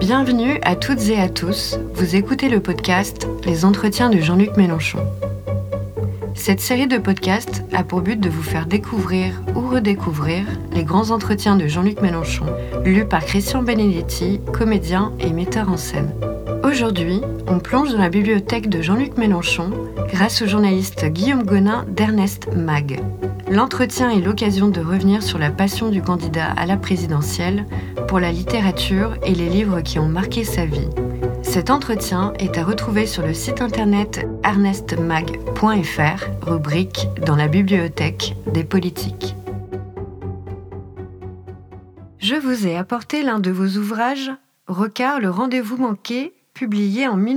Bienvenue à toutes et à tous, vous écoutez le podcast Les Entretiens de Jean-Luc Mélenchon. Cette série de podcasts a pour but de vous faire découvrir ou redécouvrir les grands entretiens de Jean-Luc Mélenchon, lus par Christian Benedetti, comédien et metteur en scène. Aujourd'hui, on plonge dans la bibliothèque de Jean-Luc Mélenchon grâce au journaliste Guillaume Gonin d'Ernest Mag. L'entretien est l'occasion de revenir sur la passion du candidat à la présidentielle pour la littérature et les livres qui ont marqué sa vie. Cet entretien est à retrouver sur le site internet ernestmag.fr, rubrique « Dans la bibliothèque des politiques ». Je vous ai apporté l'un de vos ouvrages, Rocard, le rendez-vous manqué, publié en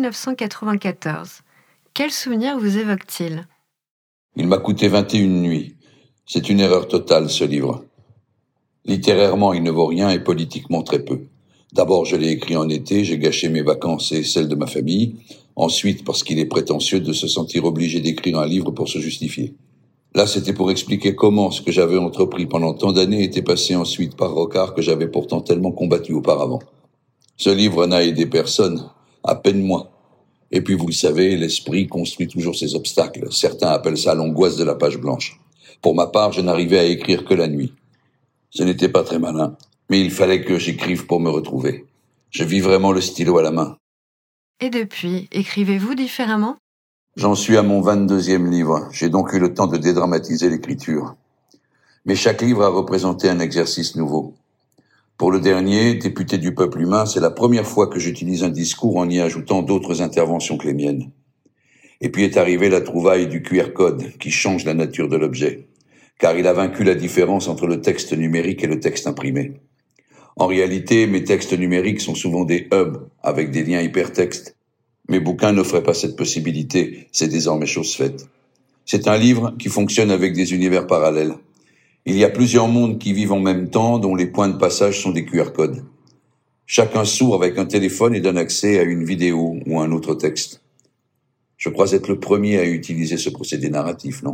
1994. Quel souvenir vous évoque-t-il ? Il m'a coûté 21 nuits. C'est une erreur totale, ce livre. Littérairement, il ne vaut rien et politiquement très peu. D'abord, je l'ai écrit en été, j'ai gâché mes vacances et celles de ma famille. Ensuite, parce qu'il est prétentieux de se sentir obligé d'écrire un livre pour se justifier. Là, c'était pour expliquer comment ce que j'avais entrepris pendant tant d'années était passé ensuite par Rocard que j'avais pourtant tellement combattu auparavant. Ce livre n'a aidé personne, à peine moi. Et puis, vous le savez, l'esprit construit toujours ses obstacles. Certains appellent ça l'angoisse de la page blanche. Pour ma part, je n'arrivais à écrire que la nuit. Ce n'était pas très malin, mais il fallait que j'écrive pour me retrouver. Je vis vraiment le stylo à la main. Et depuis, écrivez-vous différemment ? J'en suis à mon 22e livre. J'ai donc eu le temps de dédramatiser l'écriture. Mais chaque livre a représenté un exercice nouveau. Pour le dernier, Député du peuple humain, c'est la première fois que j'utilise un discours en y ajoutant d'autres interventions que les miennes. Et puis est arrivée la trouvaille du QR code, qui change la nature de l'objet, car il a vaincu la différence entre le texte numérique et le texte imprimé. En réalité, mes textes numériques sont souvent des hubs, avec des liens hypertextes. Mes bouquins n'offraient pas cette possibilité, c'est désormais chose faite. C'est un livre qui fonctionne avec des univers parallèles. Il y a plusieurs mondes qui vivent en même temps, dont les points de passage sont des QR codes. Chacun s'ouvre avec un téléphone et donne accès à une vidéo ou à un autre texte. Je crois être le premier à utiliser ce procédé narratif, non ?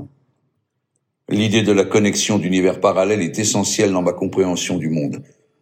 L'idée de la connexion d'univers parallèles est essentielle dans ma compréhension du monde.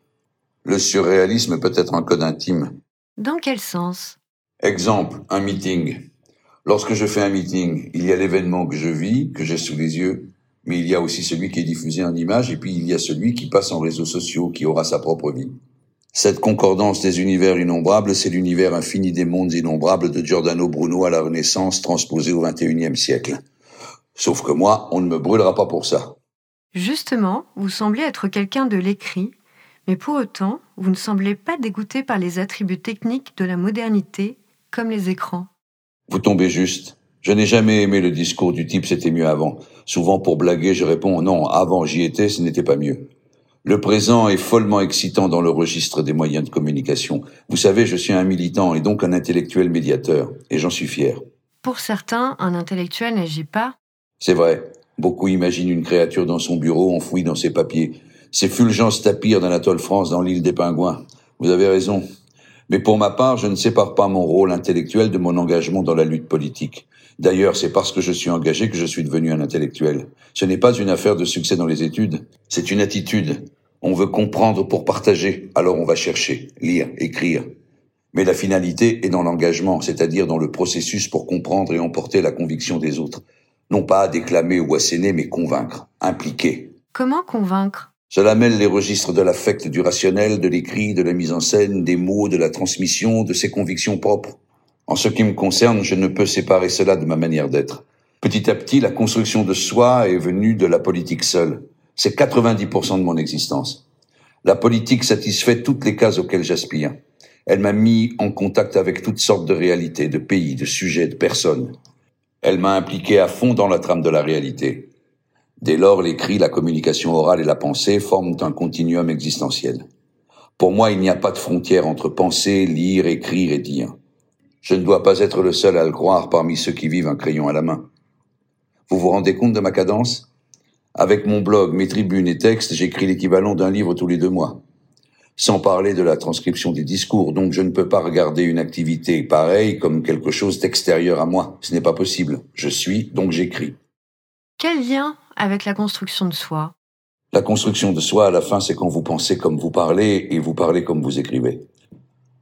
Le surréalisme peut être un code intime. Dans quel sens ? Exemple, un meeting. Lorsque je fais un meeting, il y a l'événement que je vis, que j'ai sous les yeux, mais il y a aussi celui qui est diffusé en images, et puis il y a celui qui passe en réseaux sociaux, qui aura sa propre vie. Cette concordance des univers innombrables, c'est l'univers infini des mondes innombrables de Giordano Bruno à la Renaissance, transposé au XXIe siècle. Sauf que moi, on ne me brûlera pas pour ça. Justement, vous semblez être quelqu'un de l'écrit, mais pour autant, vous ne semblez pas dégoûté par les attributs techniques de la modernité, comme les écrans. Vous tombez juste. Je n'ai jamais aimé le discours du type « c'était mieux avant ». Souvent pour blaguer, je réponds « non, avant j'y étais, ce n'était pas mieux ». Le présent est follement excitant dans le registre des moyens de communication. Vous savez, je suis un militant et donc un intellectuel médiateur, et j'en suis fier. Pour certains, un intellectuel n'agit pas. C'est vrai. Beaucoup imaginent une créature dans son bureau, enfouie dans ses papiers. C'est Fulgence Tapir d'Anatole France dans l'île des Pingouins. Vous avez raison. Mais pour ma part, je ne sépare pas mon rôle intellectuel de mon engagement dans la lutte politique. D'ailleurs, c'est parce que je suis engagé que je suis devenu un intellectuel. Ce n'est pas une affaire de succès dans les études, c'est une attitude. On veut comprendre pour partager, alors on va chercher, lire, écrire. Mais la finalité est dans l'engagement, c'est-à-dire dans le processus pour comprendre et emporter la conviction des autres. Non pas à déclamer ou asséner, mais convaincre, impliquer. Comment convaincre ? Cela mêle les registres de l'affect, du rationnel, de l'écrit, de la mise en scène, des mots, de la transmission, de ses convictions propres. En ce qui me concerne, je ne peux séparer cela de ma manière d'être. Petit à petit, la construction de soi est venue de la politique seule. C'est 90% de mon existence. La politique satisfait toutes les cases auxquelles j'aspire. Elle m'a mis en contact avec toutes sortes de réalités, de pays, de sujets, de personnes. Elle m'a impliqué à fond dans la trame de la réalité. Dès lors, l'écrit, la communication orale et la pensée forment un continuum existentiel. Pour moi, il n'y a pas de frontière entre penser, lire, écrire et dire. Je ne dois pas être le seul à le croire parmi ceux qui vivent un crayon à la main. Vous vous rendez compte de ma cadence ? Avec mon blog, mes tribunes et textes, j'écris l'équivalent d'un livre tous les 2 mois. Sans parler de la transcription des discours, donc je ne peux pas regarder une activité pareille comme quelque chose d'extérieur à moi. Ce n'est pas possible. Je suis, donc j'écris. Quel lien avec la construction de soi ? La construction de soi, à la fin, c'est quand vous pensez comme vous parlez et vous parlez comme vous écrivez.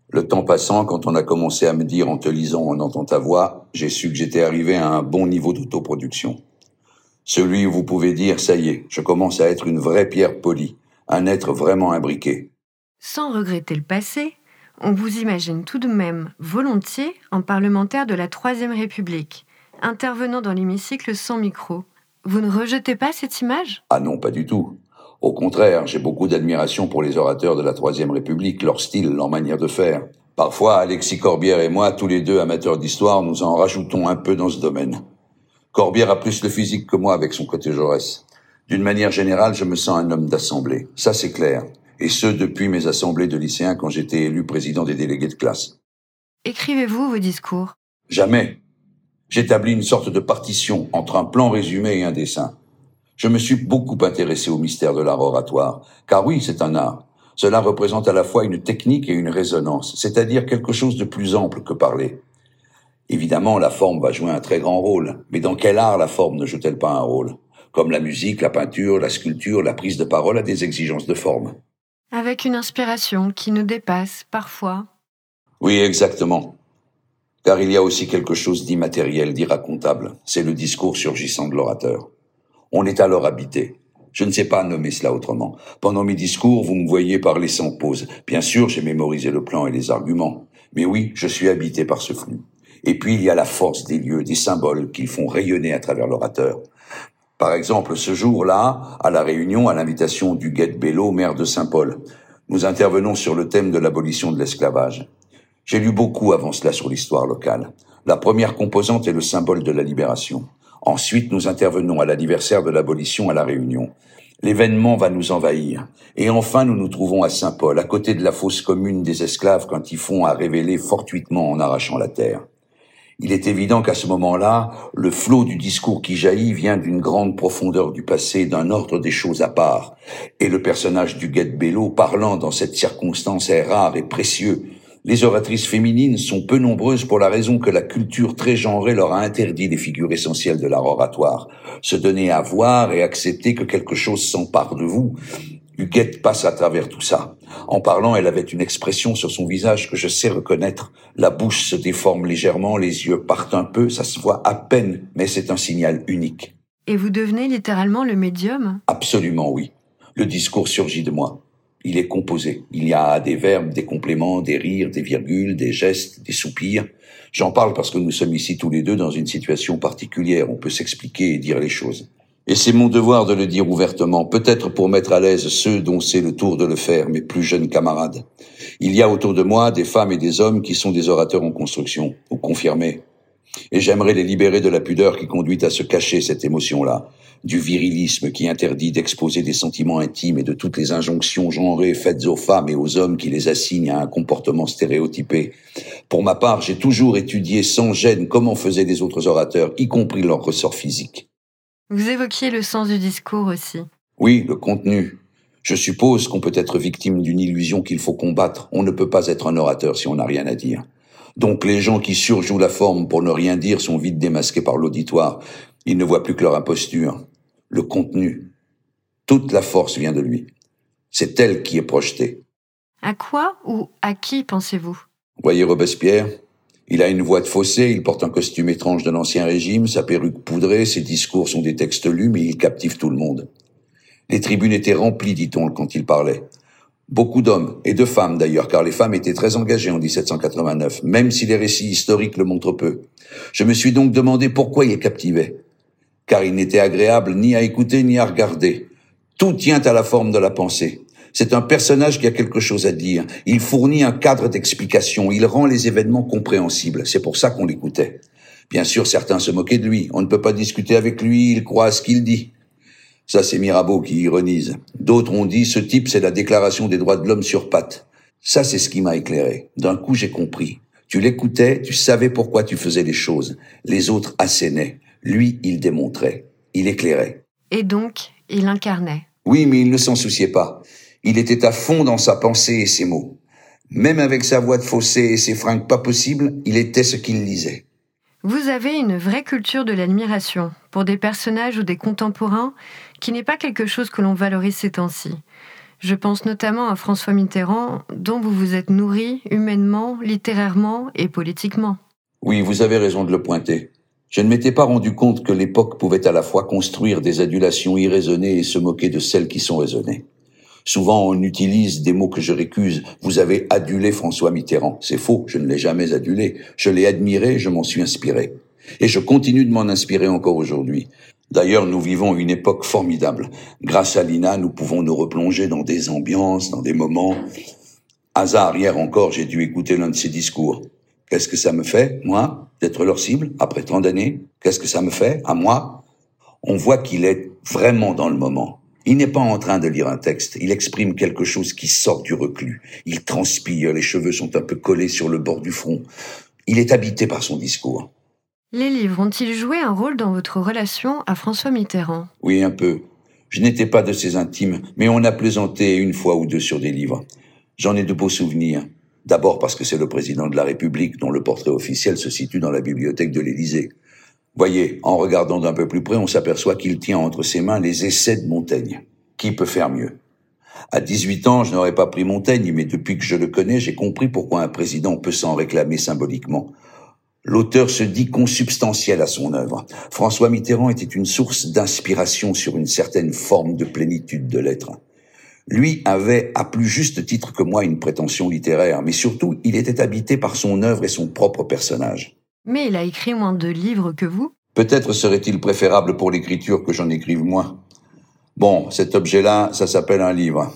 Le temps passant, quand on a commencé à me dire en te lisant, en entendant ta voix, j'ai su que j'étais arrivé à un bon niveau d'autoproduction. Celui où vous pouvez dire, ça y est, je commence à être une vraie pierre polie, un être vraiment imbriqué. Sans regretter le passé, on vous imagine tout de même volontiers en parlementaire de la Troisième République, intervenant dans l'hémicycle sans micro. Vous ne rejetez pas cette image ? Ah non, pas du tout. Au contraire, j'ai beaucoup d'admiration pour les orateurs de la Troisième République, leur style, leur manière de faire. Parfois, Alexis Corbière et moi, tous les deux amateurs d'histoire, nous en rajoutons un peu dans ce domaine. Corbière a plus le physique que moi avec son côté Jaurès. D'une manière générale, je me sens un homme d'assemblée. Ça, c'est clair. Et ce, depuis mes assemblées de lycéens quand j'étais élu président des délégués de classe. Écrivez-vous vos discours ? Jamais. J'établis une sorte de partition entre un plan résumé et un dessin. Je me suis beaucoup intéressé au mystère de l'art oratoire, car oui, c'est un art. Cela représente à la fois une technique et une résonance, c'est-à-dire quelque chose de plus ample que parler. Évidemment, la forme va jouer un très grand rôle, mais dans quel art la forme ne joue-t-elle pas un rôle ? Comme la musique, la peinture, la sculpture, la prise de parole a des exigences de forme. Avec une inspiration qui nous dépasse, parfois. Oui, exactement. Car il y a aussi quelque chose d'immatériel, d'irracontable. C'est le discours surgissant de l'orateur. On est alors habité. Je ne sais pas nommer cela autrement. Pendant mes discours, vous me voyez parler sans pause. Bien sûr, j'ai mémorisé le plan et les arguments. Mais oui, je suis habité par ce flux. Et puis, il y a la force des lieux, des symboles qui font rayonner à travers l'orateur. Par exemple, ce jour-là, à La Réunion, à l'invitation du Guet Bello, maire de Saint-Paul, nous intervenons sur le thème de l'abolition de l'esclavage. J'ai lu beaucoup avant cela sur l'histoire locale. La première composante est le symbole de la libération. Ensuite, nous intervenons à l'anniversaire de l'abolition à La Réunion. L'événement va nous envahir. Et enfin, nous nous trouvons à Saint-Paul, à côté de la fosse commune des esclaves quand ils font à révéler fortuitement en arrachant la terre. Il est évident qu'à ce moment-là, le flot du discours qui jaillit vient d'une grande profondeur du passé, d'un ordre des choses à part. Et le personnage du Guet Bello, parlant dans cette circonstance, est rare et précieux. Les oratrices féminines sont peu nombreuses pour la raison que la culture très genrée leur a interdit les figures essentielles de l'art oratoire. Se donner à voir et accepter que quelque chose s'empare de vous. Huguette passe à travers tout ça. En parlant, elle avait une expression sur son visage que je sais reconnaître. La bouche se déforme légèrement, les yeux partent un peu, ça se voit à peine, mais c'est un signal unique. Et vous devenez littéralement le médium ? Absolument oui. Le discours surgit de moi. Il est composé. Il y a des verbes, des compléments, des rires, des virgules, des gestes, des soupirs. J'en parle parce que nous sommes ici tous les deux dans une situation particulière. On peut s'expliquer et dire les choses. Et c'est mon devoir de le dire ouvertement, peut-être pour mettre à l'aise ceux dont c'est le tour de le faire, mes plus jeunes camarades. Il y a autour de moi des femmes et des hommes qui sont des orateurs en construction, ou confirmés. Et j'aimerais les libérer de la pudeur qui conduit à se cacher cette émotion-là, du virilisme qui interdit d'exposer des sentiments intimes et de toutes les injonctions genrées faites aux femmes et aux hommes qui les assignent à un comportement stéréotypé. Pour ma part, j'ai toujours étudié sans gêne comment faisaient les autres orateurs, y compris leur ressort physique. Vous évoquiez le sens du discours aussi. Oui, le contenu. Je suppose qu'on peut être victime d'une illusion qu'il faut combattre. On ne peut pas être un orateur si on n'a rien à dire. Donc les gens qui surjouent la forme pour ne rien dire sont vite démasqués par l'auditoire. Ils ne voient plus que leur imposture. Le contenu. Toute la force vient de lui. C'est elle qui est projetée. À quoi ou à qui pensez-vous ? Voyez Robespierre ? Il a une voix de fausset, il porte un costume étrange de l'Ancien Régime, sa perruque poudrée, ses discours sont des textes lus, mais il captive tout le monde. Les tribunes étaient remplies, dit-on, quand il parlait. Beaucoup d'hommes, et de femmes d'ailleurs, car les femmes étaient très engagées en 1789, même si les récits historiques le montrent peu. Je me suis donc demandé pourquoi il captivait. Car il n'était agréable ni à écouter ni à regarder. Tout tient à la forme de la pensée. C'est un personnage qui a quelque chose à dire. Il fournit un cadre d'explication. Il rend les événements compréhensibles. C'est pour ça qu'on l'écoutait. Bien sûr, certains se moquaient de lui. On ne peut pas discuter avec lui, il croit à ce qu'il dit. Ça, c'est Mirabeau qui ironise. D'autres ont dit, ce type, c'est la déclaration des droits de l'homme sur pattes. Ça, c'est ce qui m'a éclairé. D'un coup, j'ai compris. Tu l'écoutais, tu savais pourquoi tu faisais les choses. Les autres assénaient. Lui, il démontrait. Il éclairait. Et donc, il incarnait. Oui, mais il ne s'en souciait pas. Il était à fond dans sa pensée et ses mots. Même avec sa voix de fausset et ses fringues pas possibles, il était ce qu'il lisait. Vous avez une vraie culture de l'admiration pour des personnages ou des contemporains qui n'est pas quelque chose que l'on valorise ces temps-ci. Je pense notamment à François Mitterrand, dont vous vous êtes nourri humainement, littérairement et politiquement. Oui, vous avez raison de le pointer. Je ne m'étais pas rendu compte que l'époque pouvait à la fois construire des adulations irraisonnées et se moquer de celles qui sont raisonnées. Souvent, on utilise des mots que je récuse. Vous avez adulé François Mitterrand. C'est faux, je ne l'ai jamais adulé. Je l'ai admiré, je m'en suis inspiré. Et je continue de m'en inspirer encore aujourd'hui. D'ailleurs, nous vivons une époque formidable. Grâce à l'INA, nous pouvons nous replonger dans des ambiances, dans des moments. Hasard, hier encore, j'ai dû écouter l'un de ses discours. Qu'est-ce que ça me fait, moi, d'être leur cible, après tant d'années? Qu'est-ce que ça me fait, à moi? On voit qu'il est vraiment dans le moment. Il n'est pas en train de lire un texte, il exprime quelque chose qui sort du reclus. Il transpire, les cheveux sont un peu collés sur le bord du front. Il est habité par son discours. Les livres ont-ils joué un rôle dans votre relation à François Mitterrand? Oui, un peu. Je n'étais pas de ses intimes, mais on a plaisanté une fois ou deux sur des livres. J'en ai de beaux souvenirs. D'abord parce que c'est le président de la République dont le portrait officiel se situe dans la bibliothèque de l'Élysée. Voyez, en regardant d'un peu plus près, on s'aperçoit qu'il tient entre ses mains les essais de Montaigne. Qui peut faire mieux? À 18 ans, je n'aurais pas pris Montaigne, mais depuis que je le connais, j'ai compris pourquoi un président peut s'en réclamer symboliquement. L'auteur se dit consubstantiel à son œuvre. François Mitterrand était une source d'inspiration sur une certaine forme de plénitude de l'être. Lui avait, à plus juste titre que moi, une prétention littéraire, mais surtout, il était habité par son œuvre et son propre personnage. Mais il a écrit moins de livres que vous? Peut-être serait-il préférable pour l'écriture que j'en écrive moins. Bon, cet objet-là, ça s'appelle un livre.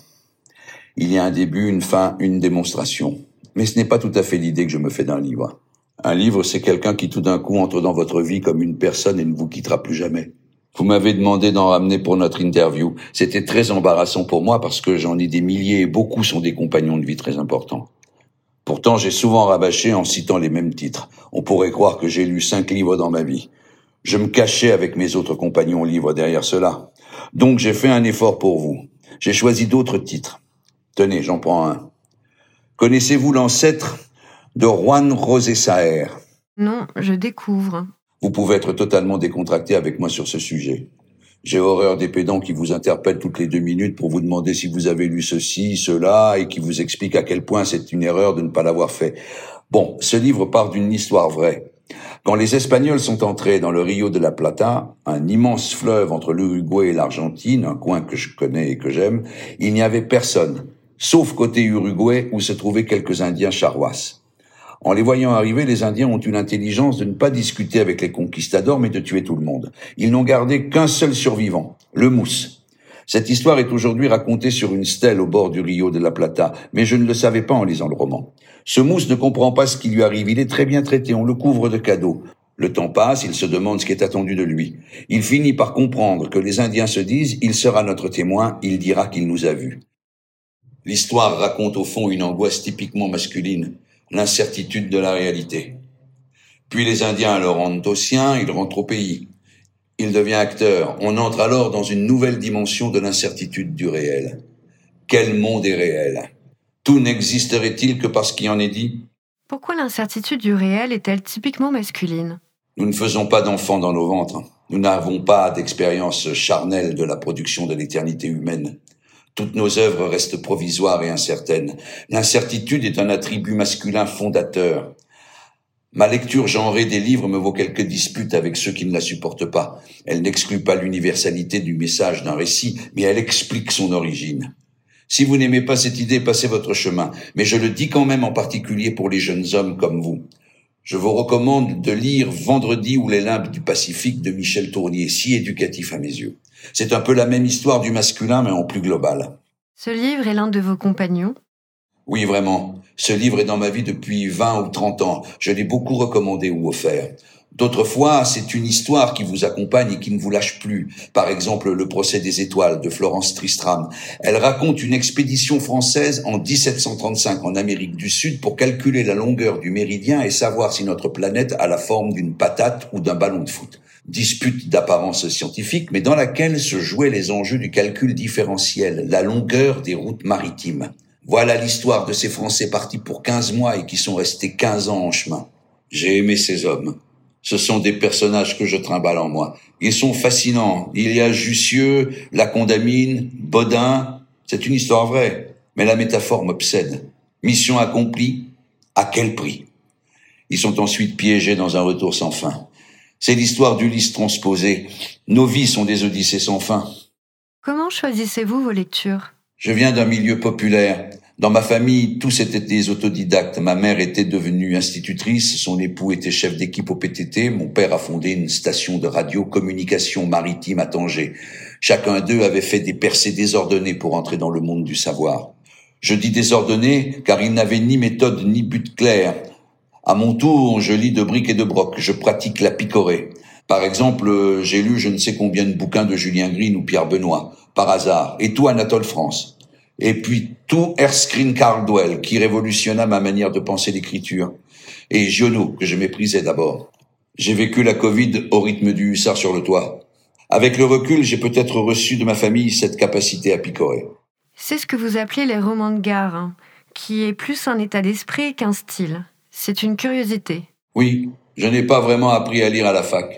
Il y a un début, une fin, une démonstration. Mais ce n'est pas tout à fait l'idée que je me fais d'un livre. Un livre, c'est quelqu'un qui tout d'un coup entre dans votre vie comme une personne et ne vous quittera plus jamais. Vous m'avez demandé d'en ramener pour notre interview. C'était très embarrassant pour moi parce que j'en ai des milliers et beaucoup sont des compagnons de vie très importants. Pourtant, j'ai souvent rabâché en citant les mêmes titres. On pourrait croire que j'ai lu 5 livres dans ma vie. Je me cachais avec mes autres compagnons livres derrière cela. Donc j'ai fait un effort pour vous. J'ai choisi d'autres titres. Tenez, j'en prends un. Connaissez-vous l'ancêtre de Juan José Saer? Non, je découvre. Vous pouvez être totalement décontracté avec moi sur ce sujet. J'ai horreur des pédants qui vous interpellent toutes les 2 minutes pour vous demander si vous avez lu ceci, cela, et qui vous expliquent à quel point c'est une erreur de ne pas l'avoir fait. Bon, ce livre part d'une histoire vraie. Quand les Espagnols sont entrés dans le Rio de la Plata, un immense fleuve entre l'Uruguay et l'Argentine, un coin que je connais et que j'aime, il n'y avait personne, sauf côté Uruguay où se trouvaient quelques Indiens charrois. En les voyant arriver, les Indiens ont eu l'intelligence de ne pas discuter avec les conquistadors, mais de tuer tout le monde. Ils n'ont gardé qu'un seul survivant, le mousse. Cette histoire est aujourd'hui racontée sur une stèle au bord du Rio de la Plata, mais je ne le savais pas en lisant le roman. Ce mousse ne comprend pas ce qui lui arrive, il est très bien traité, on le couvre de cadeaux. Le temps passe, il se demande ce qui est attendu de lui. Il finit par comprendre que les Indiens se disent « il sera notre témoin, il dira qu'il nous a vus ». L'histoire raconte au fond une angoisse typiquement masculine, l'incertitude de la réalité. Puis les Indiens le rendent au sien, il rentre au pays. Il devient acteur. On entre alors dans une nouvelle dimension de l'incertitude du réel. Quel monde est réel? Tout n'existerait-il que parce qu'il en est dit? Pourquoi l'incertitude du réel est-elle typiquement masculine? Nous ne faisons pas d'enfants dans nos ventres. Nous n'avons pas d'expérience charnelle de la production de l'éternité humaine. Toutes nos œuvres restent provisoires et incertaines. L'incertitude est un attribut masculin fondateur. Ma lecture genrée des livres me vaut quelques disputes avec ceux qui ne la supportent pas. Elle n'exclut pas l'universalité du message d'un récit, mais elle explique son origine. Si vous n'aimez pas cette idée, passez votre chemin. Mais je le dis quand même en particulier pour les jeunes hommes comme vous. Je vous recommande de lire Vendredi ou les limbes du Pacifique de Michel Tournier, si éducatif à mes yeux. C'est un peu la même histoire du masculin, mais en plus global. Ce livre est l'un de vos compagnons? Oui, vraiment. Ce livre est dans ma vie depuis 20 ou 30 ans. Je l'ai beaucoup recommandé ou offert. D'autres fois, c'est une histoire qui vous accompagne et qui ne vous lâche plus. Par exemple, Le procès des étoiles de Florence Tristram. Elle raconte une expédition française en 1735 en Amérique du Sud pour calculer la longueur du méridien et savoir si notre planète a la forme d'une patate ou d'un ballon de foot. Dispute d'apparence scientifique, mais dans laquelle se jouaient les enjeux du calcul différentiel, la longueur des routes maritimes. Voilà l'histoire de ces Français partis pour 15 mois et qui sont restés 15 ans en chemin. J'ai aimé ces hommes. Ce sont des personnages que je trimballe en moi. Ils sont fascinants. Il y a Jussieu, La Condamine, Bodin. C'est une histoire vraie, mais la métaphore m'obsède. Mission accomplie, à quel prix? Ils sont ensuite piégés dans un retour sans fin. C'est l'histoire d'Ulysse transposée. Nos vies sont des odyssées sans fin. Comment choisissez-vous vos lectures? Je viens d'un milieu populaire. Dans ma famille, tous étaient des autodidactes. Ma mère était devenue institutrice, son époux était chef d'équipe au PTT, mon père a fondé une station de radio-communication maritime à Tanger. Chacun d'eux avait fait des percées désordonnées pour entrer dans le monde du savoir. Je dis désordonnées car ils n'avaient ni méthode ni but clair. À mon tour, je lis de briques et de broc, je pratique la picorée. Par exemple, j'ai lu je ne sais combien de bouquins de Julien Green ou Pierre Benoît, par hasard, et tout Anatole France. Et puis tout Erskine Cardwell, qui révolutionna ma manière de penser l'écriture. Et Giono, que je méprisais d'abord. J'ai vécu la Covid au rythme du hussard sur le toit. Avec le recul, j'ai peut-être reçu de ma famille cette capacité à picorer. C'est ce que vous appelez les romans de gare, qui est plus un état d'esprit qu'un style. C'est une curiosité. Oui, je n'ai pas vraiment appris à lire à la fac.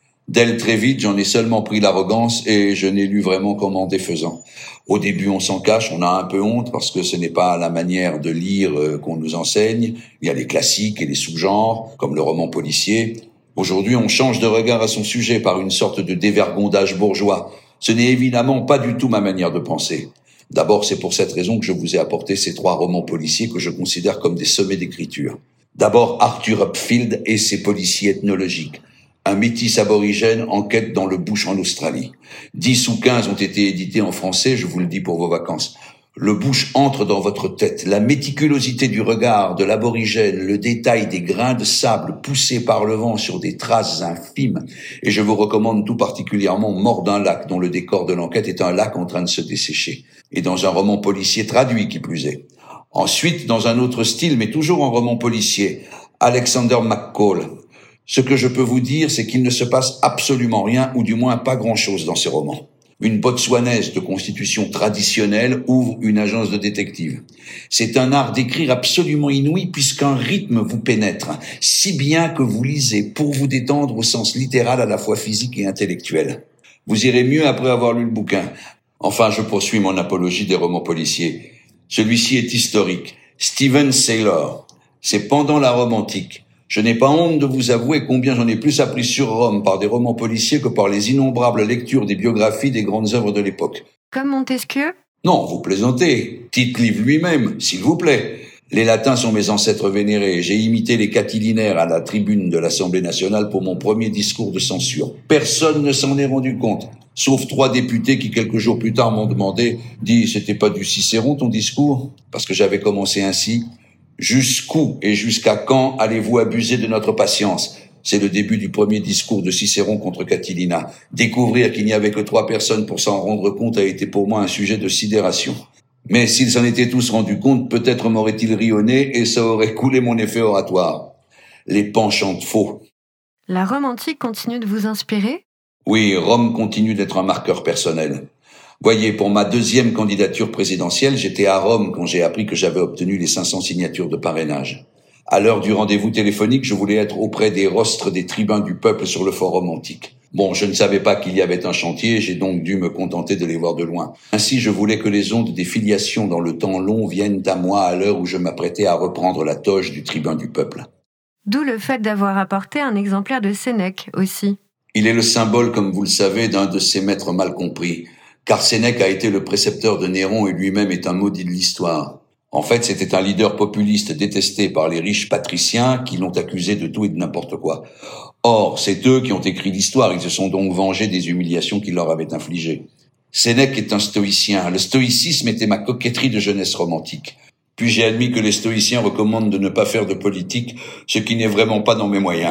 Dès très vite, j'en ai seulement pris l'arrogance et je n'ai lu vraiment qu'en en défaisant. Au début, on s'en cache, on a un peu honte parce que ce n'est pas la manière de lire qu'on nous enseigne. Il y a les classiques et les sous-genres, comme le roman policier. Aujourd'hui, on change de regard à son sujet par une sorte de dévergondage bourgeois. Ce n'est évidemment pas du tout ma manière de penser. D'abord, c'est pour cette raison que je vous ai apporté ces 3 romans policiers que je considère comme des sommets d'écriture. D'abord, Arthur Upfield et ses policiers ethnologiques. Un métis aborigène enquête dans le bush en Australie. 10 ou 15 ont été édités en français, je vous le dis pour vos vacances. Le bush entre dans votre tête. La méticulosité du regard de l'aborigène, le détail des grains de sable poussés par le vent sur des traces infimes. Et je vous recommande tout particulièrement Mort d'un lac, dont le décor de l'enquête est un lac en train de se dessécher. Et dans un roman policier traduit qui plus est. Ensuite, dans un autre style, mais toujours en roman policier, Alexander McCall. Ce que je peux vous dire, c'est qu'il ne se passe absolument rien, ou du moins pas grand-chose dans ces romans. Une Botswanaise de constitution traditionnelle ouvre une agence de détective. C'est un art d'écrire absolument inouï puisqu'un rythme vous pénètre, si bien que vous lisez pour vous détendre au sens littéral à la fois physique et intellectuel. Vous irez mieux après avoir lu le bouquin. Enfin, je poursuis mon apologie des romans policiers. Celui-ci est historique. Stephen Saylor. C'est pendant la Rome antique. Je n'ai pas honte de vous avouer combien j'en ai plus appris sur Rome par des romans policiers que par les innombrables lectures des biographies des grandes œuvres de l'époque. Comme Montesquieu? Non, vous plaisantez. Tite-Livre lui-même, s'il vous plaît. Les Latins sont mes ancêtres vénérés. J'ai imité les catilinaires à la tribune de l'Assemblée nationale pour mon premier discours de censure. Personne ne s'en est rendu compte, sauf 3 députés qui, quelques jours plus tard, m'ont demandé « Dis, c'était pas du Cicéron ton discours ?» Parce que j'avais commencé ainsi. Jusqu'où et jusqu'à quand allez-vous abuser de notre patience? C'est le début du premier discours de Cicéron contre Catilina. Découvrir qu'il n'y avait que 3 personnes pour s'en rendre compte a été pour moi un sujet de sidération. Mais s'ils s'en étaient tous rendus compte, peut-être m'auraient-ils ri au nez et ça aurait coulé mon effet oratoire. Les penchants de faux. La Rome antique continue de vous inspirer? Oui, Rome continue d'être un marqueur personnel. Voyez, pour ma 2e candidature présidentielle, j'étais à Rome quand j'ai appris que j'avais obtenu les 500 signatures de parrainage. À l'heure du rendez-vous téléphonique, je voulais être auprès des rostres des tribuns du peuple sur le forum antique. Bon, je ne savais pas qu'il y avait un chantier, j'ai donc dû me contenter de les voir de loin. Ainsi, je voulais que les ondes des filiations dans le temps long viennent à moi à l'heure où je m'apprêtais à reprendre la toge du tribun du peuple. D'où le fait d'avoir apporté un exemplaire de Sénèque aussi. Il est le symbole, comme vous le savez, d'un de ces maîtres mal compris. Car Sénèque a été le précepteur de Néron et lui-même est un maudit de l'histoire. En fait, c'était un leader populiste détesté par les riches patriciens qui l'ont accusé de tout et de n'importe quoi. Or, c'est eux qui ont écrit l'histoire, ils se sont donc vengés des humiliations qu'il leur avait infligées. Sénèque est un stoïcien. Le stoïcisme était ma coquetterie de jeunesse romantique. Puis j'ai admis que les stoïciens recommandent de ne pas faire de politique, ce qui n'est vraiment pas dans mes moyens.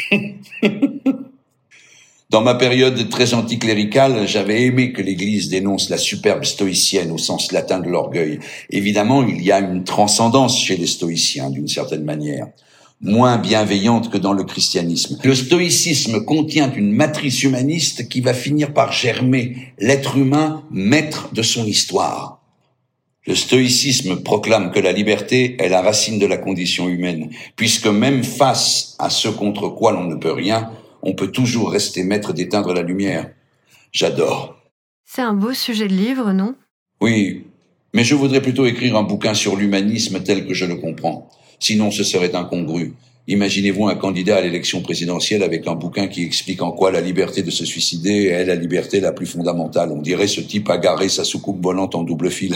Dans ma période très anticléricale, j'avais aimé que l'Église dénonce la superbe stoïcienne au sens latin de l'orgueil. Évidemment, il y a une transcendance chez les stoïciens, d'une certaine manière, moins bienveillante que dans le christianisme. Le stoïcisme contient une matrice humaniste qui va finir par germer l'être humain maître de son histoire. Le stoïcisme proclame que la liberté est la racine de la condition humaine, puisque même face à ce contre quoi l'on ne peut rien, on peut toujours rester maître d'éteindre la lumière. J'adore. C'est un beau sujet de livre, non? Oui, Mais je voudrais plutôt écrire un bouquin sur l'humanisme tel que je le comprends. Sinon, ce serait incongru. Imaginez-vous un candidat à l'élection présidentielle avec un bouquin qui explique en quoi la liberté de se suicider est la liberté la plus fondamentale. On dirait ce type a garé sa soucoupe volante en double fil.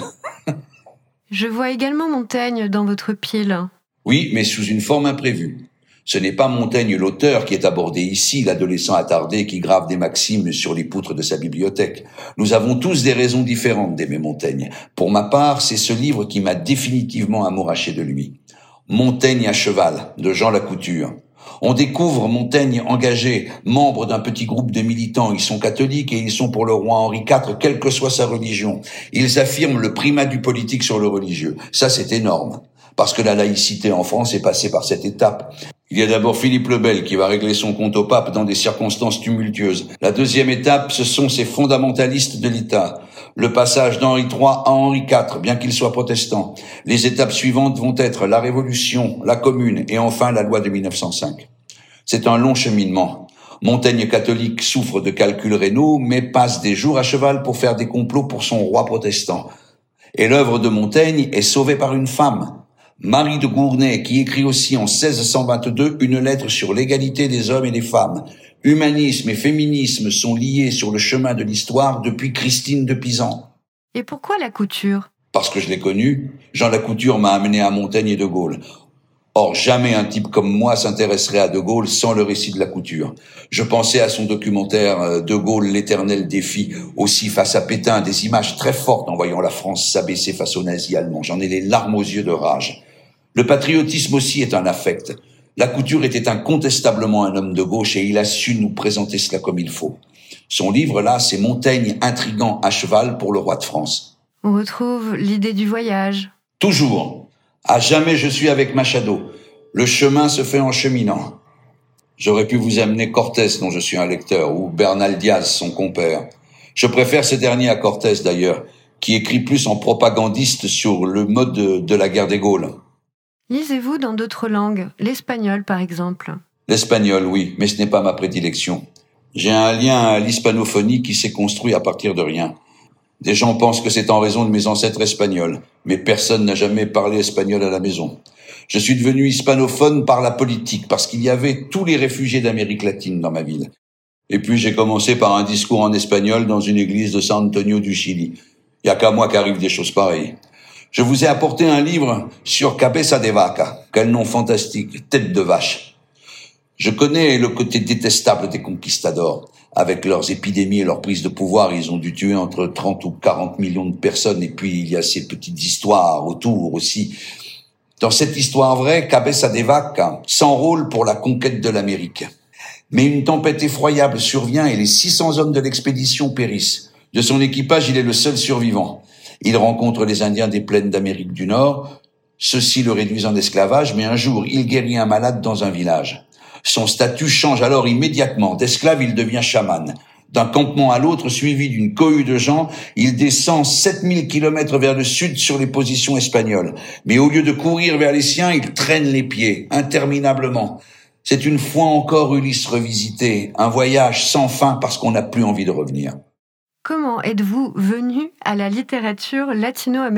Je vois également Montaigne dans votre pile. Oui, mais sous une forme imprévue. Ce n'est pas Montaigne l'auteur qui est abordé ici, l'adolescent attardé qui grave des maximes sur les poutres de sa bibliothèque. Nous avons tous des raisons différentes d'aimer Montaigne. Pour ma part, c'est ce livre qui m'a définitivement amouraché de lui. Montaigne à cheval, de Jean Lacouture. On découvre Montaigne engagé, membre d'un petit groupe de militants. Ils sont catholiques et ils sont pour le roi Henri IV, quelle que soit sa religion. Ils affirment le primat du politique sur le religieux. Ça, c'est énorme, parce que la laïcité en France est passée par cette étape. Il y a d'abord Philippe le Bel qui va régler son compte au pape dans des circonstances tumultueuses. La deuxième étape, ce sont ces fondamentalistes de l'État. Le passage d'Henri III à Henri IV, bien qu'il soit protestant. Les étapes suivantes vont être la Révolution, la Commune et enfin la loi de 1905. C'est un long cheminement. Montaigne catholique souffre de calculs rénaux, mais passe des jours à cheval pour faire des complots pour son roi protestant. Et l'œuvre de Montaigne est sauvée par une femme, Marie de Gournay, qui écrit aussi en 1622 une lettre sur l'égalité des hommes et des femmes. Humanisme et féminisme sont liés sur le chemin de l'histoire depuis Christine de Pisan. Et pourquoi Lacouture ? Parce que je l'ai connu, Jean Lacouture m'a amené à Montaigne et de Gaulle. Or, jamais un type comme moi s'intéresserait à de Gaulle sans le récit de Lacouture. Je pensais à son documentaire De Gaulle, l'éternel défi, aussi face à Pétain, des images très fortes en voyant la France s'abaisser face aux nazis allemands. J'en ai les larmes aux yeux de rage. Le patriotisme aussi est un affect. Lacouture était incontestablement un homme de gauche et il a su nous présenter cela comme il faut. Son livre là, c'est Montaigne intriguant à cheval pour le roi de France. On retrouve l'idée du voyage. Toujours. À jamais je suis avec Machado. Le chemin se fait en cheminant. J'aurais pu vous amener Cortés, dont je suis un lecteur, ou Bernal Diaz, son compère. Je préfère ce dernier à Cortés d'ailleurs, qui écrit plus en propagandiste sur le mode de la guerre des Gaules. Lisez-vous dans d'autres langues, l'espagnol par exemple ? L'espagnol, oui, mais ce n'est pas ma prédilection. J'ai un lien à l'hispanophonie qui s'est construit à partir de rien. Des gens pensent que c'est en raison de mes ancêtres espagnols, mais personne n'a jamais parlé espagnol à la maison. Je suis devenu hispanophone par la politique, parce qu'il y avait tous les réfugiés d'Amérique latine dans ma ville. Et puis j'ai commencé par un discours en espagnol dans une église de San Antonio du Chili. Il n'y a qu'à moi qu'arrivent des choses pareilles. Je vous ai apporté un livre sur Cabeza de Vaca. Quel nom fantastique, tête de vache. Je connais le côté détestable des conquistadors. Avec leurs épidémies et leur prise de pouvoir, ils ont dû tuer entre 30 ou 40 millions de personnes. Et puis, il y a ces petites histoires autour aussi. Dans cette histoire vraie, Cabeza de Vaca s'enrôle pour la conquête de l'Amérique. Mais une tempête effroyable survient et les 600 hommes de l'expédition périssent. De son équipage, il est le seul survivant. Il rencontre les Indiens des plaines d'Amérique du Nord. Ceux-ci le réduisent en esclavage, mais un jour, il guérit un malade dans un village. Son statut change alors immédiatement. D'esclave, il devient chaman. D'un campement à l'autre, suivi d'une cohue de gens, il descend 7000 kilomètres vers le sud sur les positions espagnoles. Mais au lieu de courir vers les siens, il traîne les pieds, interminablement. C'est une fois encore Ulysse revisité, un voyage sans fin parce qu'on n'a plus envie de revenir. Comment êtes-vous venu à la littérature latino-américaine ?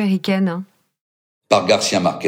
Par Garcia Marquez.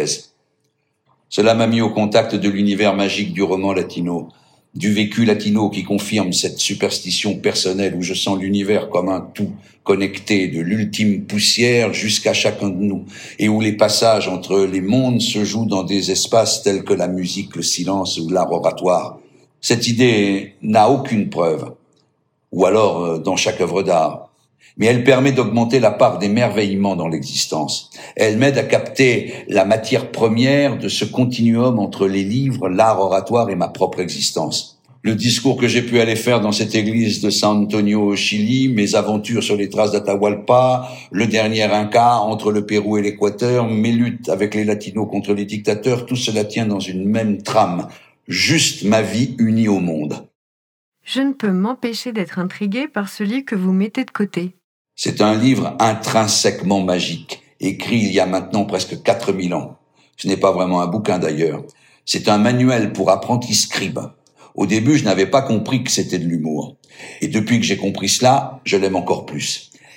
Cela m'a mis au contact de l'univers magique du roman latino, du vécu latino qui confirme cette superstition personnelle où je sens l'univers comme un tout connecté de l'ultime poussière jusqu'à chacun de nous et où les passages entre les mondes se jouent dans des espaces tels que la musique, le silence ou l'art oratoire. Cette idée n'a aucune preuve, ou alors dans chaque œuvre d'art. Mais elle permet d'augmenter la part d'émerveillement dans l'existence. Elle m'aide à capter la matière première de ce continuum entre les livres, l'art oratoire et ma propre existence. Le discours que j'ai pu aller faire dans cette église de San Antonio au Chili, mes aventures sur les traces d'Atahualpa, le dernier Inca entre le Pérou et l'Équateur, mes luttes avec les latinos contre les dictateurs, tout cela tient dans une même trame. Juste ma vie unie au monde. Je ne peux m'empêcher d'être intriguée par celui que vous mettez de côté. C'est un livre intrinsèquement magique, écrit il y a maintenant presque 4000 ans. Ce n'est pas vraiment un bouquin d'ailleurs. C'est un manuel pour apprentis scribes. Au début, je n'avais pas compris que c'était de l'humour. Et depuis que j'ai compris cela, je l'aime encore plus.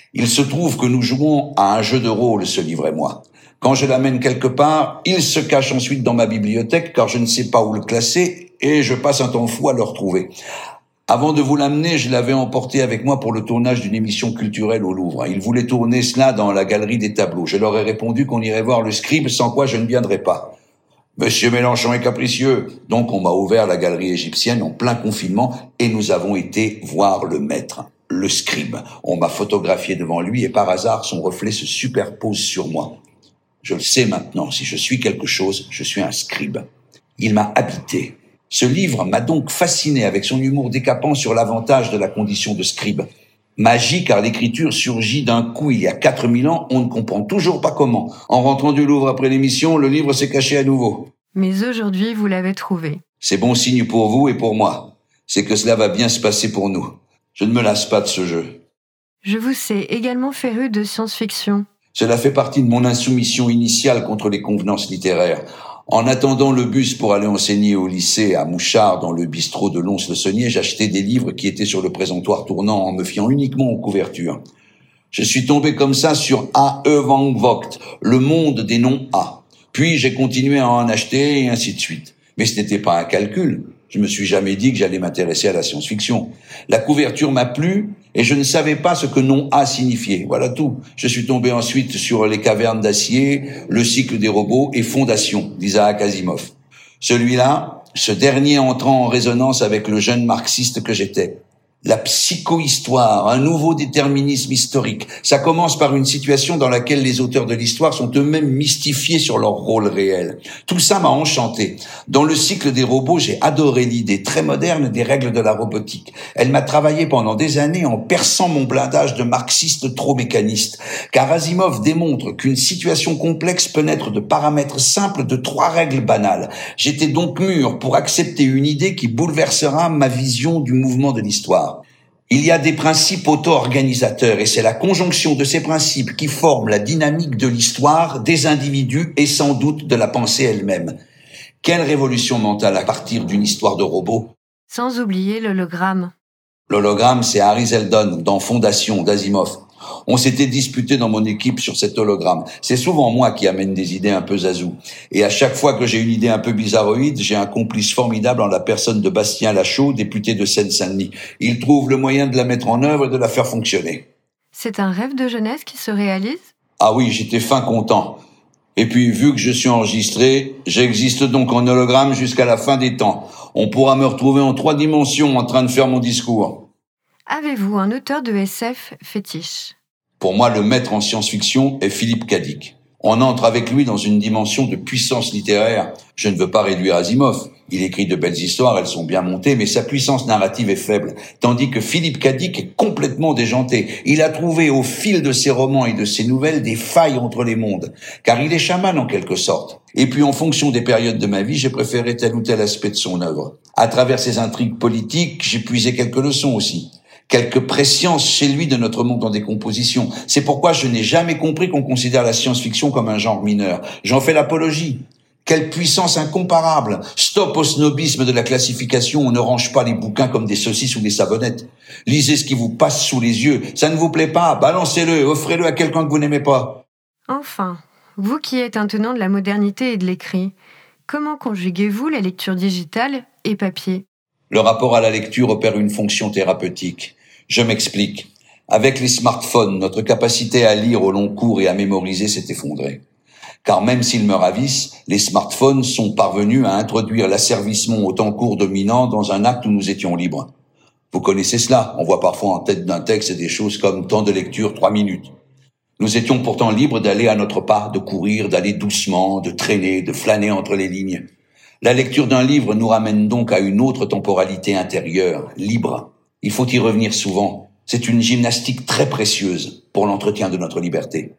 Il se trouve que nous jouons à un jeu de rôle, ce livre et moi. Quand je l'amène quelque part, il se cache ensuite dans ma bibliothèque car je ne sais pas où le classer et je passe un temps fou à le retrouver. Avant de vous l'amener, je l'avais emporté avec moi pour le tournage d'une émission culturelle au Louvre. Il voulait tourner cela dans la galerie des tableaux. Je leur ai répondu qu'on irait voir le scribe, sans quoi je ne viendrais pas. Monsieur Mélenchon est capricieux. Donc on m'a ouvert la galerie égyptienne en plein confinement et nous avons été voir le maître, le scribe. On m'a photographié devant lui et par hasard, son reflet se superpose sur moi. Je le sais maintenant, si je suis quelque chose, je suis un scribe. Il m'a habité. Ce livre m'a donc fasciné avec son humour décapant sur l'avantage de la condition de scribe. Magie car l'écriture surgit d'un coup il y a 4000 ans, on ne comprend toujours pas comment. En rentrant du Louvre après l'émission, le livre s'est caché à nouveau. Mais aujourd'hui, vous l'avez trouvé. C'est bon signe pour vous et pour moi. C'est que cela va bien se passer pour nous. Je ne me lasse pas de ce jeu. Je vous sais également féru de science-fiction. Cela fait partie de mon insoumission initiale contre les convenances littéraires. En attendant le bus pour aller enseigner au lycée à Mouchard, dans le bistrot de Lons-le-Saunier, j'achetais des livres qui étaient sur le présentoir tournant en me fiant uniquement aux couvertures. Je suis tombé comme ça sur A.E. van Vogt, le monde des noms A. Puis j'ai continué à en acheter et ainsi de suite. Mais ce n'était pas un calcul. Je me suis jamais dit que j'allais m'intéresser à la science-fiction. La couverture m'a plu et je ne savais pas ce que nom A signifiait. Voilà tout. Je suis tombé ensuite sur Les Cavernes d'acier, Le cycle des robots et Fondation d'Isaac Asimov. Celui-là, ce dernier entrant en résonance avec le jeune marxiste que j'étais. La psychohistoire, un nouveau déterminisme historique. Ça commence par une situation dans laquelle les auteurs de l'histoire sont eux-mêmes mystifiés sur leur rôle réel. Tout ça m'a enchanté. Dans le cycle des robots, j'ai adoré l'idée très moderne des règles de la robotique. Elle m'a travaillé pendant des années en perçant mon blindage de marxiste trop mécaniste. Car Asimov démontre qu'une situation complexe peut naître de paramètres simples de 3 règles banales. J'étais donc mûr pour accepter une idée qui bouleversera ma vision du mouvement de l'histoire. Il y a des principes auto-organisateurs et c'est la conjonction de ces principes qui forment la dynamique de l'histoire, des individus et sans doute de la pensée elle-même. Quelle révolution mentale à partir d'une histoire de robots. Sans oublier l'hologramme. L'hologramme, c'est Harry Seldon dans Fondation d'Asimov. On s'était disputé dans mon équipe sur cet hologramme. C'est souvent moi qui amène des idées un peu zazou. Et à chaque fois que j'ai une idée un peu bizarroïde, j'ai un complice formidable en la personne de Bastien Lachaud, député de Seine-Saint-Denis. Il trouve le moyen de la mettre en œuvre et de la faire fonctionner. C'est un rêve de jeunesse qui se réalise ? Ah oui, j'étais fin content. Et puis, vu que je suis enregistré, j'existe donc en hologramme jusqu'à la fin des temps. On pourra me retrouver en 3 dimensions en train de faire mon discours. Avez-vous un auteur de SF fétiche ? Pour moi, le maître en science-fiction est Philippe K. Dick. On entre avec lui dans une dimension de puissance littéraire. Je ne veux pas réduire Asimov. Il écrit de belles histoires, elles sont bien montées, mais sa puissance narrative est faible. Tandis que Philippe K. Dick est complètement déjanté. Il a trouvé au fil de ses romans et de ses nouvelles des failles entre les mondes. Car il est chaman en quelque sorte. Et puis en fonction des périodes de ma vie, j'ai préféré tel ou tel aspect de son œuvre. À travers ses intrigues politiques, j'ai puisé quelques leçons aussi. Quelques presciences chez lui de notre monde en décomposition. C'est pourquoi je n'ai jamais compris qu'on considère la science-fiction comme un genre mineur. J'en fais l'apologie. Quelle puissance incomparable! Stop au snobisme de la classification, on ne range pas les bouquins comme des saucisses ou des savonnettes. Lisez ce qui vous passe sous les yeux. Ça ne vous plaît pas? Balancez-le, offrez-le à quelqu'un que vous n'aimez pas. Enfin, vous qui êtes un tenant de la modernité et de l'écrit, comment conjuguez-vous la lecture digitale et papier ? Le rapport à la lecture opère une fonction thérapeutique. Je m'explique. Avec les smartphones, notre capacité à lire au long cours et à mémoriser s'est effondrée. Car même s'ils me ravissent, les smartphones sont parvenus à introduire l'asservissement au temps court dominant dans un acte où nous étions libres. Vous connaissez cela, on voit parfois en tête d'un texte des choses comme temps de lecture 3 minutes. Nous étions pourtant libres d'aller à notre pas, de courir, d'aller doucement, de traîner, de flâner entre les lignes. La lecture d'un livre nous ramène donc à une autre temporalité intérieure, libre. Il faut y revenir souvent. C'est une gymnastique très précieuse pour l'entretien de notre liberté.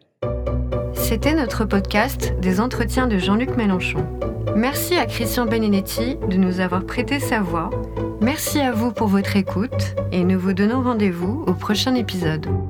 C'était notre podcast des entretiens de Jean-Luc Mélenchon. Merci à Christian Benedetti de nous avoir prêté sa voix. Merci à vous pour votre écoute et nous vous donnons rendez-vous au prochain épisode.